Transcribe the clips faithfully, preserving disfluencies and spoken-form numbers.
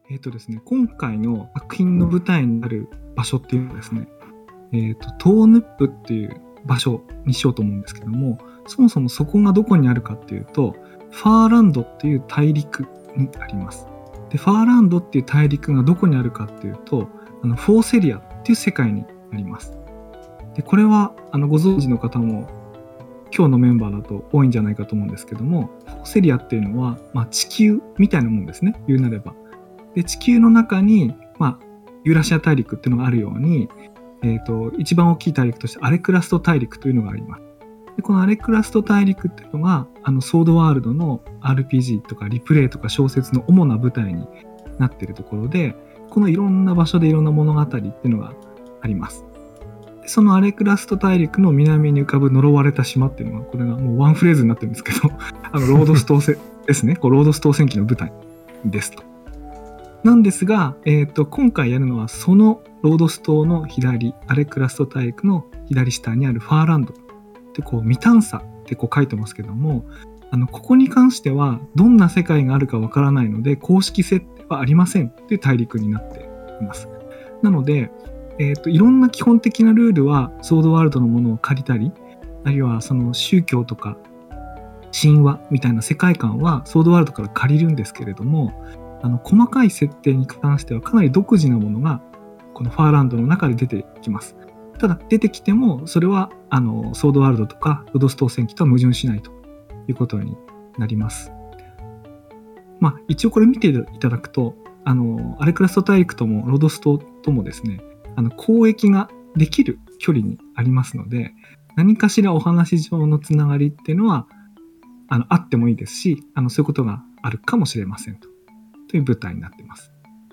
えっとですね、今回の作品の舞台になる場所っていうのはですね、えっと、トーヌップっていう場所にしようと思うんですけども、そもそもそこがどこにあるかっていうと、ファーランドっていう大陸にあります。で、ファーランドっていう大陸がどこにあるかっていうと、あのフォーセリアっていう世界にあります。で、これはあのご存知の方も今日のメンバーだと多いんじゃないかと思うんですけども、フォーセリアっていうのは、まあ、地球みたいなもんですね、言うなれば。で、地球の中に、まあ、ユーラシア大陸っていうのがあるように、えーと、一番大きい大陸としてアレクラスト大陸というのがあります。で、このアレクラスト大陸っていうのが、あのソードワールドの アールピージー とかリプレイとか小説の主な舞台になっているところで、このいろんな場所でいろんな物語っていうのがあります。で、そのアレクラスト大陸の南に浮かぶ呪われた島っていうのが、これがもうワンフレーズになってるんですけど、あのロードス島戦ですね。こうロードス島戦記の舞台ですと。なんですが、えーと、今回やるのはそのロードス島の左、アレクラスト大陸の左下にあるファーランドってこう未探査ってこう書いてますけども、あのここに関してはどんな世界があるかわからないので公式設定はありませんっていう大陸になっています。なので、えーと、いろんな基本的なルールはソードワールドのものを借りたり、あるいはその宗教とか神話みたいな世界観はソードワールドから借りるんですけれども、あの細かい設定に関してはかなり独自なものがこのファーランドの中で出てきます。ただ出てきてもそれはあのソードワールドとかロードス島戦記とは矛盾しないということになります。まあ一応これ見ていただくと、あのアレクラスト大陸ともロードス島ともですね、あの交易ができる距離にありますので、何かしらお話上のつながりっていうのはあのあってもいいですし、あのそういうことがあるかもしれませんと。という舞台になっています。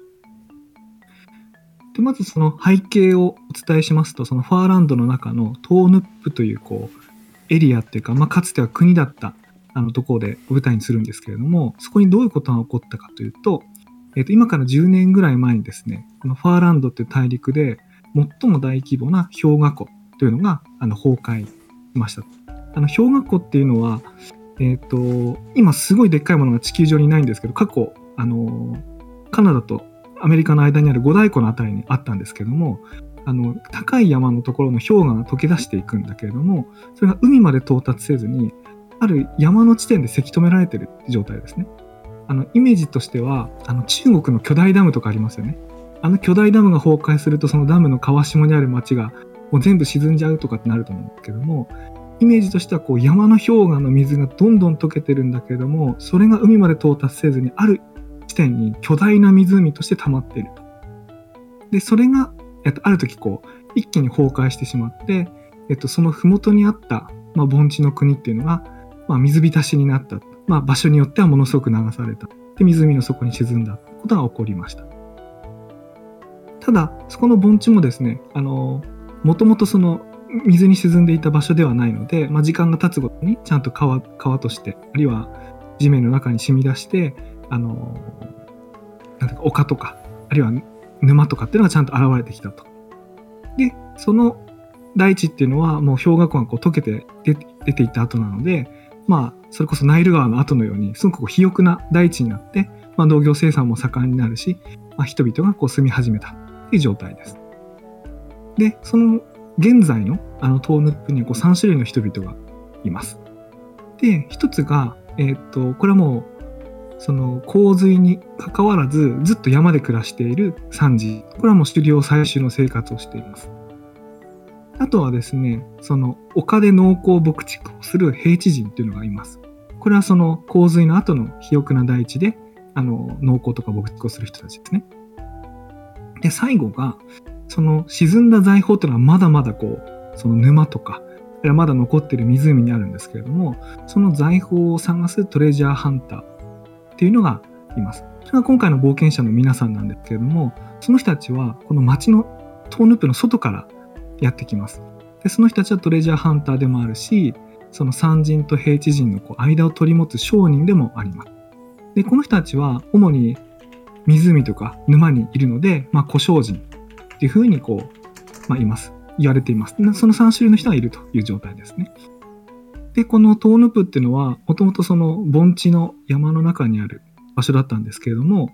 で、まずその背景をお伝えしますと、そのファーランドの中のトーヌップというこうエリアっていうか、まあ、かつては国だったあのところで舞台にするんですけれども、そこにどういうことが起こったかというと、えーと、今からじゅうねんぐらい前にですね、このファーランドという大陸で最も大規模な氷河湖というのがあの崩壊しました。あの氷河湖っていうのは、えーと、今すごいでっかいものが地球上にないんですけど、過去あのカナダとアメリカの間にある五大湖のあたりにあったんですけども、あの高い山のところの氷河が溶け出していくんだけれども、それが海まで到達せずにある山の地点でせき止められている状態ですね。あのイメージとしてはあの中国の巨大ダムとかありますよね。あの巨大ダムが崩壊すると、そのダムの川下にある町がもう全部沈んじゃうとかってなると思うんですけども、イメージとしてはこう山の氷河の水がどんどん溶けてるんだけれども、それが海まで到達せずにある地点に巨大な湖として溜まっていると。で、それが、えっと、ある時こう一気に崩壊してしまって、えっと、その麓にあった、まあ、盆地の国っていうのが、まあ、水浸しになった、まあ、場所によってはものすごく流された。で、湖の底に沈んだことが起こりました。ただ、そこの盆地もですね、あの、もともとその水に沈んでいた場所ではないので、まあ、時間が経つごとにちゃんと 川, 川として、あるいは地面の中に染み出して、あのなんていうか丘とか、あるいは沼とかっていうのがちゃんと現れてきたと。で、その大地っていうのはもう氷河湖がこう溶けて出て、出ていった後なので、まあそれこそナイル川の後のようにすごくこう肥沃な大地になって、まあ、農業生産も盛んになるし、まあ、人々がこう住み始めたという状態です。で、その現在のあのトーヌップにはこうさん種類の人々がいます。で、一つが、えーっとこれはもうその洪水に関わらずずっと山で暮らしている山人、これはもう狩猟採集の生活をしています。あとはですね、その丘で農耕牧畜をする平地人というのがいます。これはその洪水の後の肥沃な大地であの農耕とか牧畜をする人たちですね。で、最後がその沈んだ財宝というのはまだまだこうその沼とかまだ残っている湖にあるんですけれども、その財宝を探すトレジャーハンターっていうのがいます。それが今回の冒険者の皆さんなんですけれども、その人たちはこの町のトーヌップの外からやってきます。で、その人たちはトレジャーハンターでもあるし、その山人と平地人のこう間を取り持つ商人でもあります。で、この人たちは主に湖とか沼にいるので、まあ、古商人っていうふうにこう、まあ、います。言われています。そのさん種類の人がいるという状態ですね。で、このトーヌプっていうのは、もともとその盆地の山の中にある場所だったんですけれども、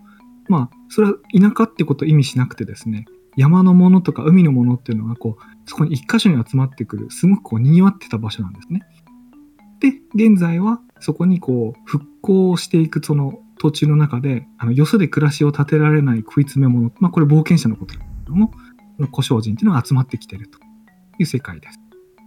まあそれは田舎ってことを意味しなくてですね、山のものとか海のものっていうのがこうそこに一箇所に集まってくる、すごくこう賑わってた場所なんですね。で現在はそこにこう復興していくその途中の中で、あのよそで暮らしを立てられない食い詰め物、まあこれ冒険者のことですけども、この古生人っていうのが集まってきているという世界です。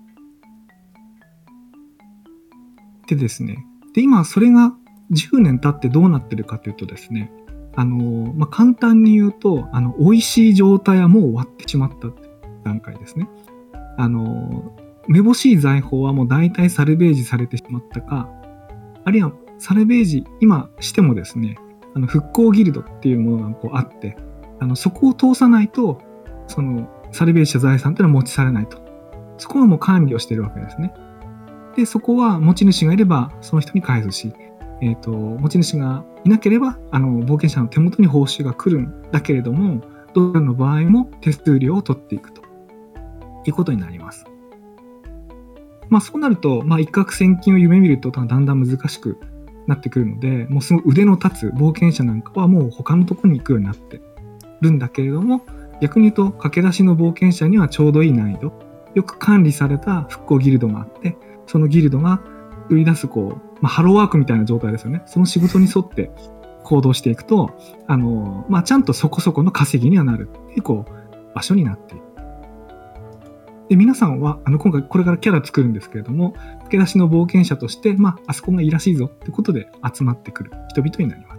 でですね、で今それがじゅうねん経ってどうなってるかというとですね、あのまあ、簡単に言うと、あの美味しい状態はもう終わってしまった段階ですね。あのめぼしい財宝はもう大体サルベージされてしまったか、あるいはサルベージ今してもですね、あの復興ギルドっていうものがこうあって、あのそこを通さないとそのサルベージした財産っていうのは持ち去れないと。そこはもう管理をしているわけですね。でそこは持ち主がいればその人に返すし、えーと、持ち主がいなければあの冒険者の手元に報酬が来るんだけれども、どちらの場合も手数料を取っていくということになります。まあそうなると、まあ、一攫千金を夢見るとだんだん難しくなってくるので、もうすごい腕の立つ冒険者なんかはもう他のところに行くようになってるんだけれども、逆に言うと駆け出しの冒険者にはちょうどいい難易度、よく管理された復興ギルドがあって、そのギルドが売り出すこう、まあ、ハローワークみたいな状態ですよね。その仕事に沿って行動していくと、あの、まあ、ちゃんとそこそこの稼ぎにはなるっていうこう場所になっている。で、皆さんはあの今回これからキャラ作るんですけれども、駆け出しの冒険者として、まあ、あそこがいいらしいぞってことで集まってくる人々になります。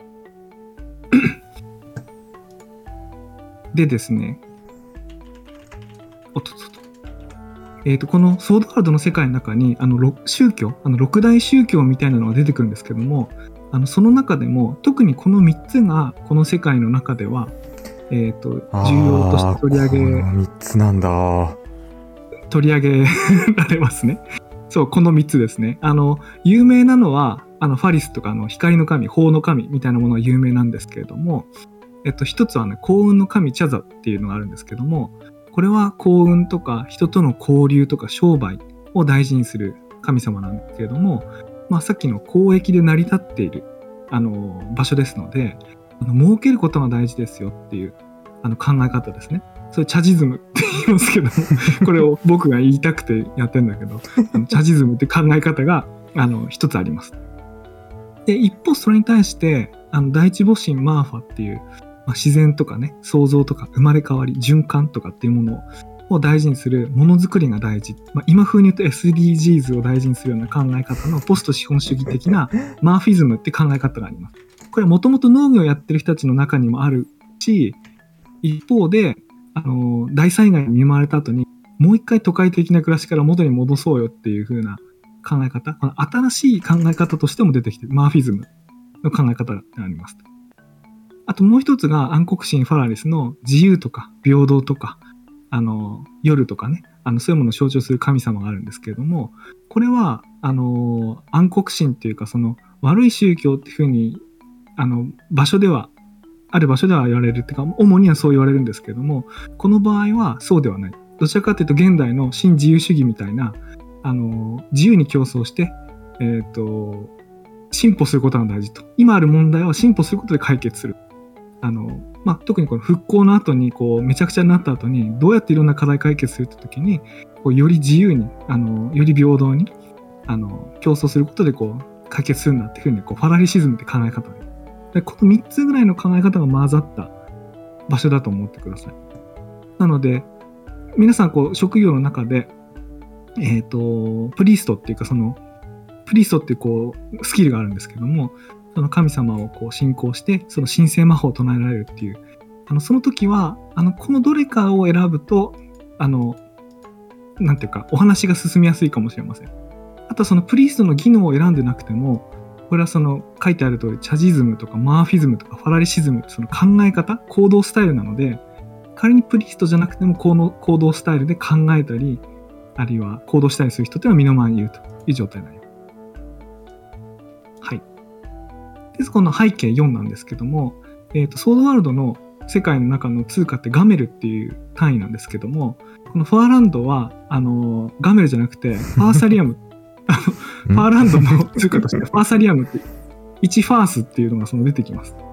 でですね、おっとっとっと。えー、とこのソードワールドの世界の中にあの宗教、あの六大宗教みたいなのが出てくるんですけども、あのその中でも特にこのみっつがこの世界の中では、えー、と重要として取り上げこのみっつなんだ取り上げられますね。そう、このみっつですね。あの有名なのはあのファリスとかあの光の神、法の神みたいなものが有名なんですけれども、えっと、一つはね、幸運の神チャザっていうのがあるんですけども、これは幸運とか人との交流とか商売を大事にする神様なんですけれども、まあ、さっきの交易で成り立っているあの場所ですので、あの儲けることが大事ですよっていうあの考え方ですね。それチャジズムって言いますけどもこれを僕が言いたくてやってるんだけどあのチャジズムって考え方があの一つあります。で一方それに対してあの第一母神マーファっていう、まあ、自然とかね、創造とか生まれ変わり、循環とかっていうものを大事にするものづくりが大事、まあ、今風に言うと エスディージーズ を大事にするような考え方のポスト資本主義的なマーフィズムって考え方があります。これはもともと農業をやってる人たちの中にもあるし、一方であの大災害に見舞われた後にもう一回都会的な暮らしから元に戻そうよっていう風な考え方、この新しい考え方としても出てきているマーフィズムの考え方があります。あともう一つが暗黒神ファラリスの自由とか平等とかあの夜とかね、あのそういうものを象徴する神様があるんですけれども、これはあの暗黒神っていうかその悪い宗教っていうふうにあの場所ではある場所では言われるっていうか、主にはそう言われるんですけれども、この場合はそうではない。どちらかというと現代の新自由主義みたいなあの自由に競争して、えーと、進歩することが大事と。今ある問題は進歩することで解決する。あのまあ、特にこの復興の後にこうめちゃくちゃになった後にどうやっていろんな課題解決するって時にこうより自由にあのより平等にあの競争することでこう解決するんだっていうふうにこうファラリシズムって考え方で、このみっつぐらいの考え方が混ざった場所だと思ってください。なので皆さんこう職業の中で、えーと、プリーストっていうかそのプリーストっていうこうスキルがあるんですけども、その神様をこう信仰してその神聖魔法を唱えられるっていう、あのその時はあのこのどれかを選ぶとあのなんていうかお話が進みやすいかもしれません。あとそのプリーストの技能を選んでなくても、これはその書いてある通りチャジズムとかマーフィズムとかファラリシズムってその考え方、行動スタイルなので、仮にプリーストじゃなくてもこの行動スタイルで考えたりあるいは行動したりする人っていうのは身の回りにいるという状態になります。はい。で、この背景よんなんですけども、えーと、ソードワールドの世界の中の通貨ってガメルっていう単位なんですけども、このファーランドはあのガメルじゃなくてファーサリアムあのファーランドの通貨としてファーサリアムっていちファースっていうのがその出てきます。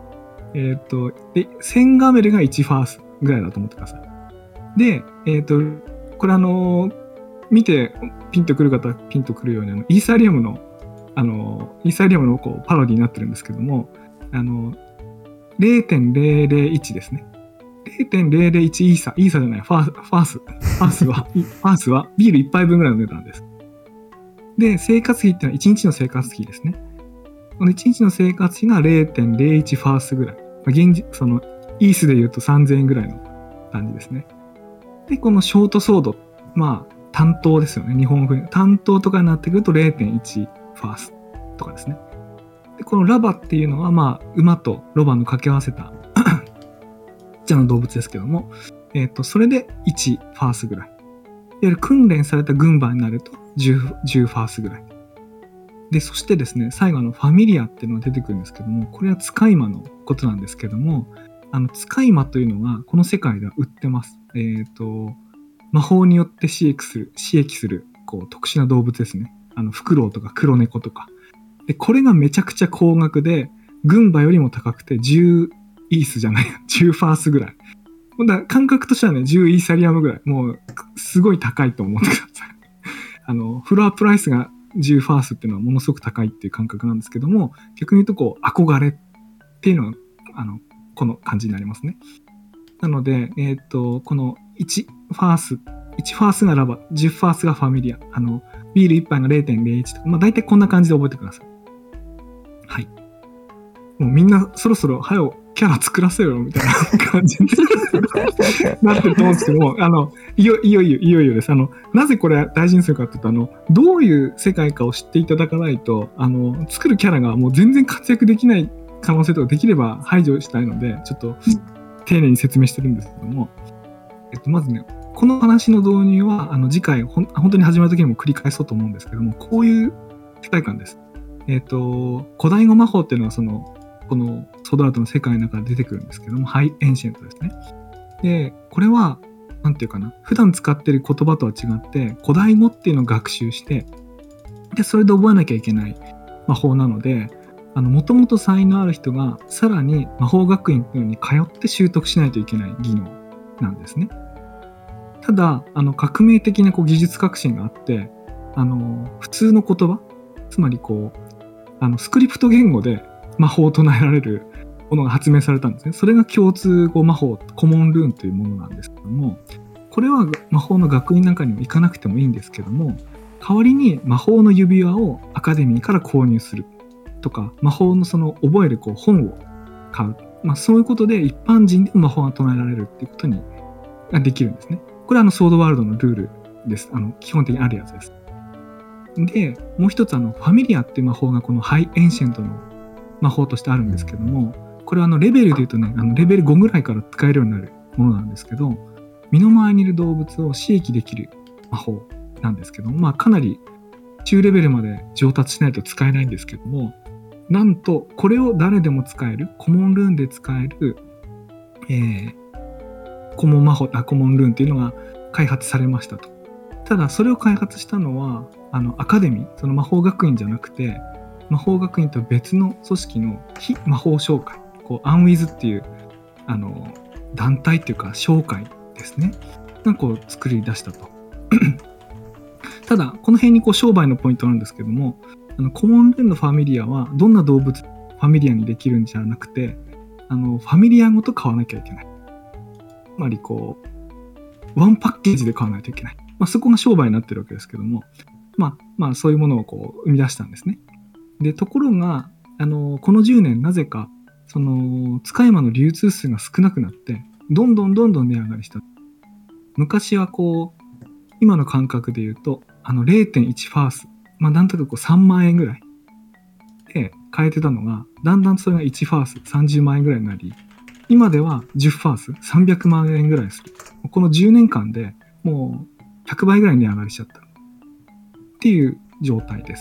えっと、で、せんガメルがいちファースぐらいだと思ってください。で、えっと、これあの、見てピンとくる方はピンとくるように、あのイーサリアムの、あの、イーサリアムのこうパロディになってるんですけども、あの、れいてんぜろぜろいち ですね。れいてんぜろぜろいち イーサ、イーサじゃない、ファース、ファース、ファースは、ファースはビールいっぱいぶんぐらいの値段です。で、生活費ってのはいちにちの生活費ですね。このいちにちの生活費が れいてんぜろいち ファースぐらい。まあ、現実、その、イースで言うとさんぜんえんぐらいの感じですね。で、このショートソード、まあ、単刀ですよね。日本風。単刀とかになってくると れいてんいち ファースとかですね。で、このラバっていうのは、まあ、馬とロバの掛け合わせたじゃの動物ですけども、えっと、それでいちファースぐらい。いわゆる訓練された軍馬になると じゅう, じゅうファースぐらい。で、そしてですね、最後のファミリアっていうのが出てくるんですけども、これは使い魔のことなんですけども、あの、使い魔というのがこの世界では売ってます。えっと、魔法によって刺激する、刺激する、こう、特殊な動物ですね。あの、フクロウとか黒猫とか。で、これがめちゃくちゃ高額で、軍馬よりも高くてじゅうイースじゃない、じゅうファースぐらい。だから感覚としてはね、じゅうイーサリアムぐらい。もう、すごい高いと思ってください。あの、フロアプライスがじゅうファースっていうのはものすごく高いっていう感覚なんですけども、逆に言うとこう、憧れっていうのは、あの、この感じになりますね。なので、えっと、このいちファース、いちファースがラバ、じゅうファースがファミリア、あの、ビールいっぱいが れいてんぜろいち とか、まあ大体こんな感じで覚えてください。はい。もうみんなそろそろ、はよ、キャラ作らせよみたいな感じになってると思うんですけども、あの、いよいよいよいよいよです。あの、なぜこれ大事にするかっていうと、あの、どういう世界かを知っていただかないと、あの、作るキャラがもう全然活躍できない可能性とかできれば排除したいので、ちょっと丁寧に説明してるんですけども、えっと、まずね、この話の導入は、あの、次回、ほん本当に始まる時にも繰り返そうと思うんですけども、こういう世界観です。えっと、古代語魔法っていうのは、その、このソードアートの世界の中で出てくるんですけども、ハイエンシェントですね。で、これは、なんていうかな、普段使ってる言葉とは違って、古代語っていうのを学習して、で、それで覚えなきゃいけない魔法なので、あの、もともと才能ある人が、さらに魔法学院っていうのに通って習得しないといけない技能なんですね。ただ、あの、革命的なこう技術革新があって、あの、普通の言葉、つまりこう、あの、スクリプト言語で魔法を唱えられるものが発明されたんですね。それが共通語魔法、コモンルーンというものなんですけども、これは魔法の学院なんかにも行かなくてもいいんですけども、代わりに魔法の指輪をアカデミーから購入するとか、魔法のその覚えるこう本を買う。まあそういうことで一般人でも魔法が唱えられるっていうことにができるんですね。これはあのソードワールドのルールです。あの基本的にあるやつです。で、もう一つあのファミリアっていう魔法がこのハイエンシェントの魔法としてあるんですけども、これはあのレベルで言うとね、あのレベルごぐらいから使えるようになるものなんですけど、身の回りにいる動物を刺激できる魔法なんですけども、まあかなり中レベルまで上達しないと使えないんですけども、なんとこれを誰でも使える、コモンルーンで使える、えー、コモン魔法、あ、コモンルーンっていうのが開発されましたと。ただそれを開発したのは、あのアカデミー、その魔法学院じゃなくて、魔法学院と別の組織の非魔法商会、こうアンウィズっていうあの団体っていうか商会ですね、がこう作り出したと。ただこの辺にこう商売のポイントなんですけども、あのコモンルーンのファミリアはどんな動物ファミリアにできるんじゃなくて、あのファミリアごと買わなきゃいけない。つまりこうワンパッケージで買わないといけない。まあ、そこが商売になってるわけですけども、まあまあそういうものをこう生み出したんですね。で、ところが、あの、このじゅうねんなぜか、その、使い魔の流通数が少なくなって、どんどんどんどん値上がりした。昔はこう、今の感覚で言うと、あの れいてんいち ファース、まあなんとなくこうさんまんえんぐらいで買えてたのが、だんだんそれがいちファース、さんじゅうまんえんぐらいになり、今ではじゅうファース、さんびゃくまんえんぐらいする。このじゅうねんかんでもうひゃくばいぐらい値上がりしちゃった。っていう状態です。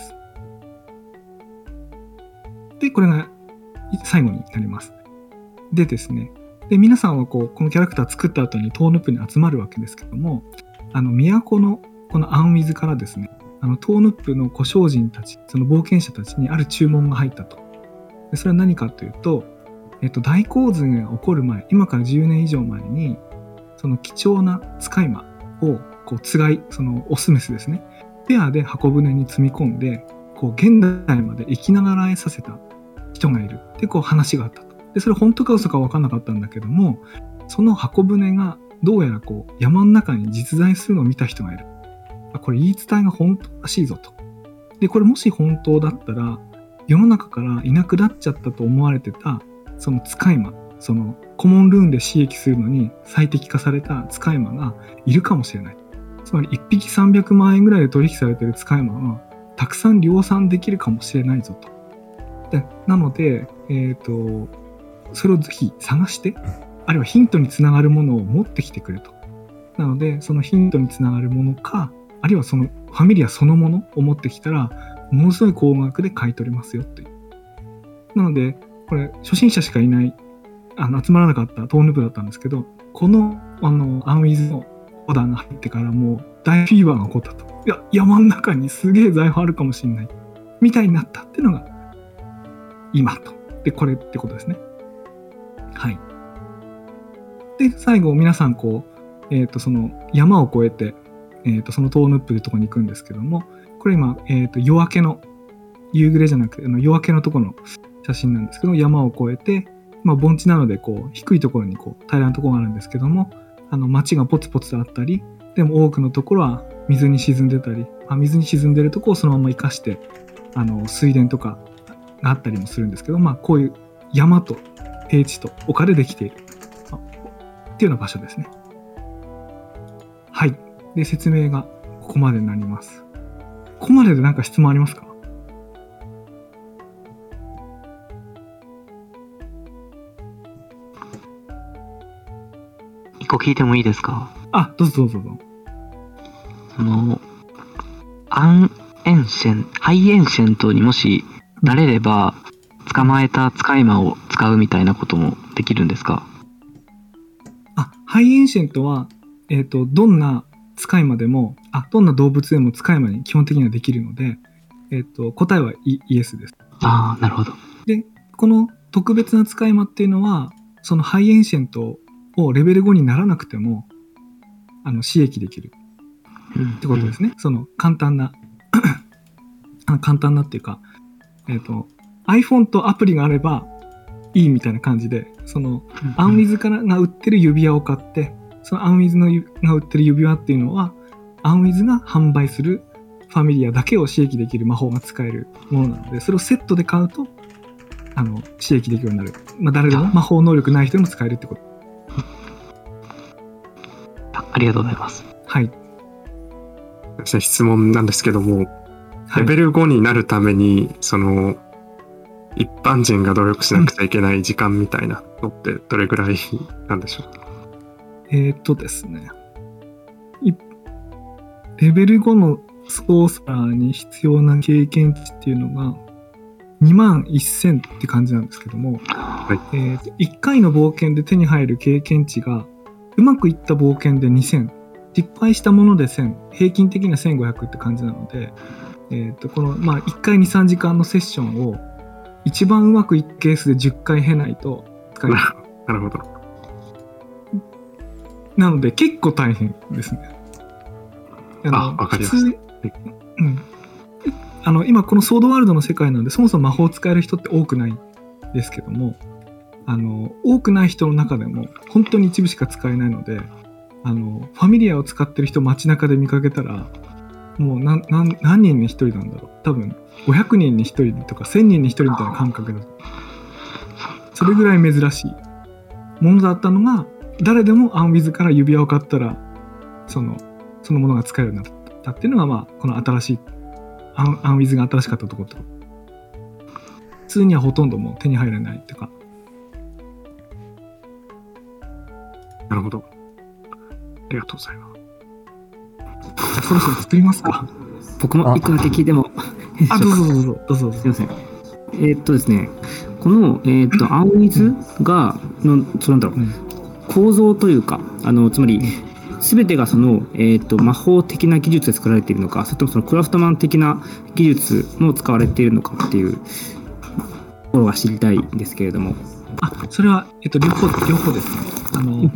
で、これが最後になります。でですね、で皆さんはこうこのキャラクター作った後にトーヌプに集まるわけですけども、あの都のこのアンウィズからですね、あのトーヌプの古商人たち、その冒険者たちにある注文が入ったと。でそれは何かというと、 えっと、大洪水が起こる前、今からじゅうねん以上前に、その貴重な使い魔をこうつがい、そのオスメスですね、ペアで箱舟に積み込んで、こう現代まで生きながらえさせた人がいるってこう話があったと。で、それ本当か嘘か分かんなかったんだけども、その箱舟がどうやらこう山の中に実在するのを見た人がいる。あ、これ言い伝えが本当らしいぞと。で、これもし本当だったら、世の中からいなくなっちゃったと思われてたその使い魔、そのコモンルーンで刺激するのに最適化された使い魔がいるかもしれない。つまりいっぴきさんびゃくまんえんぐらいで取引されている使い魔がたくさん量産できるかもしれないぞと。でなので、えーと、それをぜひ探して、あるいはヒントにつながるものを持ってきてくれと。なので、そのヒントにつながるものか、あるいはそのファミリアそのものを持ってきたら、ものすごい高額で買い取れますよという。なので、これ、初心者しかいない、あの集まらなかったトーヌプだったんですけど、この、あの、アンウィズのオーダーが入ってからもう大フィーバーが起こったと。いや、山の中にすげえ財宝あるかもしれない。みたいになったっていうのが、今と。で、これってことですね。はい。で、最後、皆さん、こう、えっと、その山を越えて、えっと、そのトーヌップというところに行くんですけども、これ今、えっと、夜明けの、夕暮れじゃなくて、あの夜明けのところの写真なんですけど、山を越えて、まあ、盆地なので、こう、低いところに、こう、平らなところがあるんですけども、あの、町がポツポツとあったり、でも多くのところは水に沈んでたり、あ水に沈んでるところをそのまま生かして、あの、水田とかがあったりもするんですけど、まあ、こういう山と平地と丘でできている、っていうような場所ですね。はい。で、説明がここまでになります。ここまでで何か質問ありますか？ 一個聞いてもいいですか？ あ、どうぞどうぞどうぞ。 その、アンエンシェン、ハイエンシェントにもしなれれば、捕まえた使い魔を使うみたいなこともできるんですか？ あ、ハイエンシェントは、えっと、どんな使い魔でも、あ、どんな動物でも使い魔に基本的にはできるので、えっと、答えはイ、イエスです。 ああ、なるほど。 で、この特別な使い魔っていうのは、そのハイエンシェントをレベルごにならなくても、あの、刺激できるってことですね。うん、その簡単な、簡単なっていうか、えっと、iPhone とアプリがあればいいみたいな感じで、その、うんうん、アンウィズからが売ってる指輪を買って、そのアンウィズのが売ってる指輪っていうのは、アンウィズが販売するファミリアだけを刺激できる魔法が使えるものなので、それをセットで買うと、あの、刺激できるようになる。まあ、誰でも魔法能力ない人でも使えるってこと。 あ、ありがとうございます。 はい。 質問なんですけども、レベルごになるために、その、一般人が努力しなくちゃいけない時間みたいなのってどれぐらいなんでしょう？ えーっとですね。レベルごの操作に必要な経験値っていうのがにまんせんって感じなんですけども、はい、えーと、いっかいの冒険で手に入る経験値がうまくいった冒険でにせん、失敗したものでせん、平均的にはせんごひゃくって感じなので、えーと、この、まあ、いっかいに、さんじかんのセッションを一番うまくいくケースでじゅっかい経ないと使えない。 なるほど。 なので結構大変ですね。 あの、あ、わかりました。 うん。あの、今このソードワールドの世界なんで、そもそも魔法を使える人って多くないですけども、あの、多くない人の中でも本当に一部しか使えないので、あの、ファミリアを使ってる人街中で見かけたら、もう何、何、何人に一人なんだろう。多分、ごひゃくにんに一人とかせんにんに一人みたいな感覚だと。それぐらい珍しいものだったのが、誰でもアンウィズから指輪を買ったら、その、そのものが使えるようになったっていうのが、まあ、この新しい、アン、アンウィズが新しかったところってこと。普通にはほとんどもう手に入らないっていうか。 なるほど。ありがとうございます。 じゃあそろそろ作りますか。 僕も一個だけ聞いても。 あ、どうぞどうぞどうぞ。 すいません。えー、っとですね、この、えー、っと、アンウィズが、の、そのなんだろう、うん、構造というか、あの、つまり、すべてがその、えー、と魔法的な技術で作られているのか、それともそのクラフトマン的な技術も使われているのかっていうところが知りたいんですけれども。 あ、それは、えっと、両方、両方ですね。あの、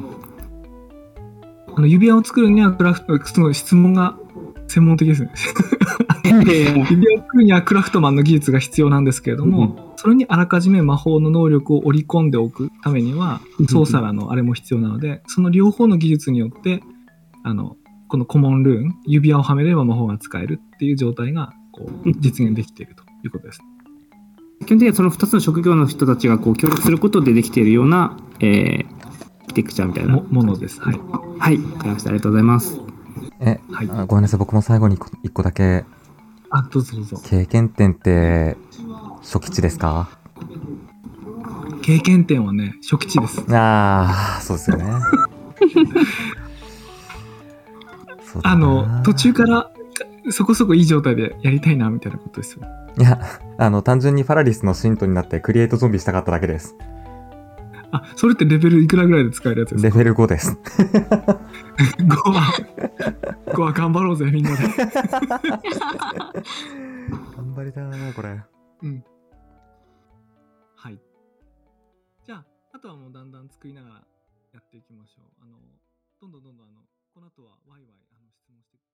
あの指輪を作るにはクラフト、すごい質問が専門的ですね。指輪を作るにはクラフトマンの技術が必要なんですけれども、それにあらかじめ魔法の能力を織り込んでおくためには、ソーサラーのあれも必要なので、その両方の技術によって、あの、このコモンルーン、指輪をはめれば魔法が使えるっていう状態がこう実現できているということです。 基本的にはそのふたつの職業の人たちがこう協力することでできているような、えー、アーキテクチャみたいなも, ものです。はい。 はい、わかりました。ありがとうございます。 え、はい、あごめんなさい。僕も最後に一個だけ。 あ、どうぞどうぞ。 経験点って初期値ですか？ 経験点はね、初期値です。 ああ、そうですよね。 あの途中からそこそこいい状態でやりたいなみたいなことですよ。 いや、あの単純にファラリスの信徒になってクリエイトゾンビしたかっただけです。 あ、それってレベルいくらぐらいで使えるやつですか？ レベルごです。 ごはごは頑張ろうぜみんなで。 頑張りたいなこれ。 うん。はい。じゃああとはもうだんだん作りながらやっていきましょう。あのどんどんどんどんあのこの後はワイワイあの質問して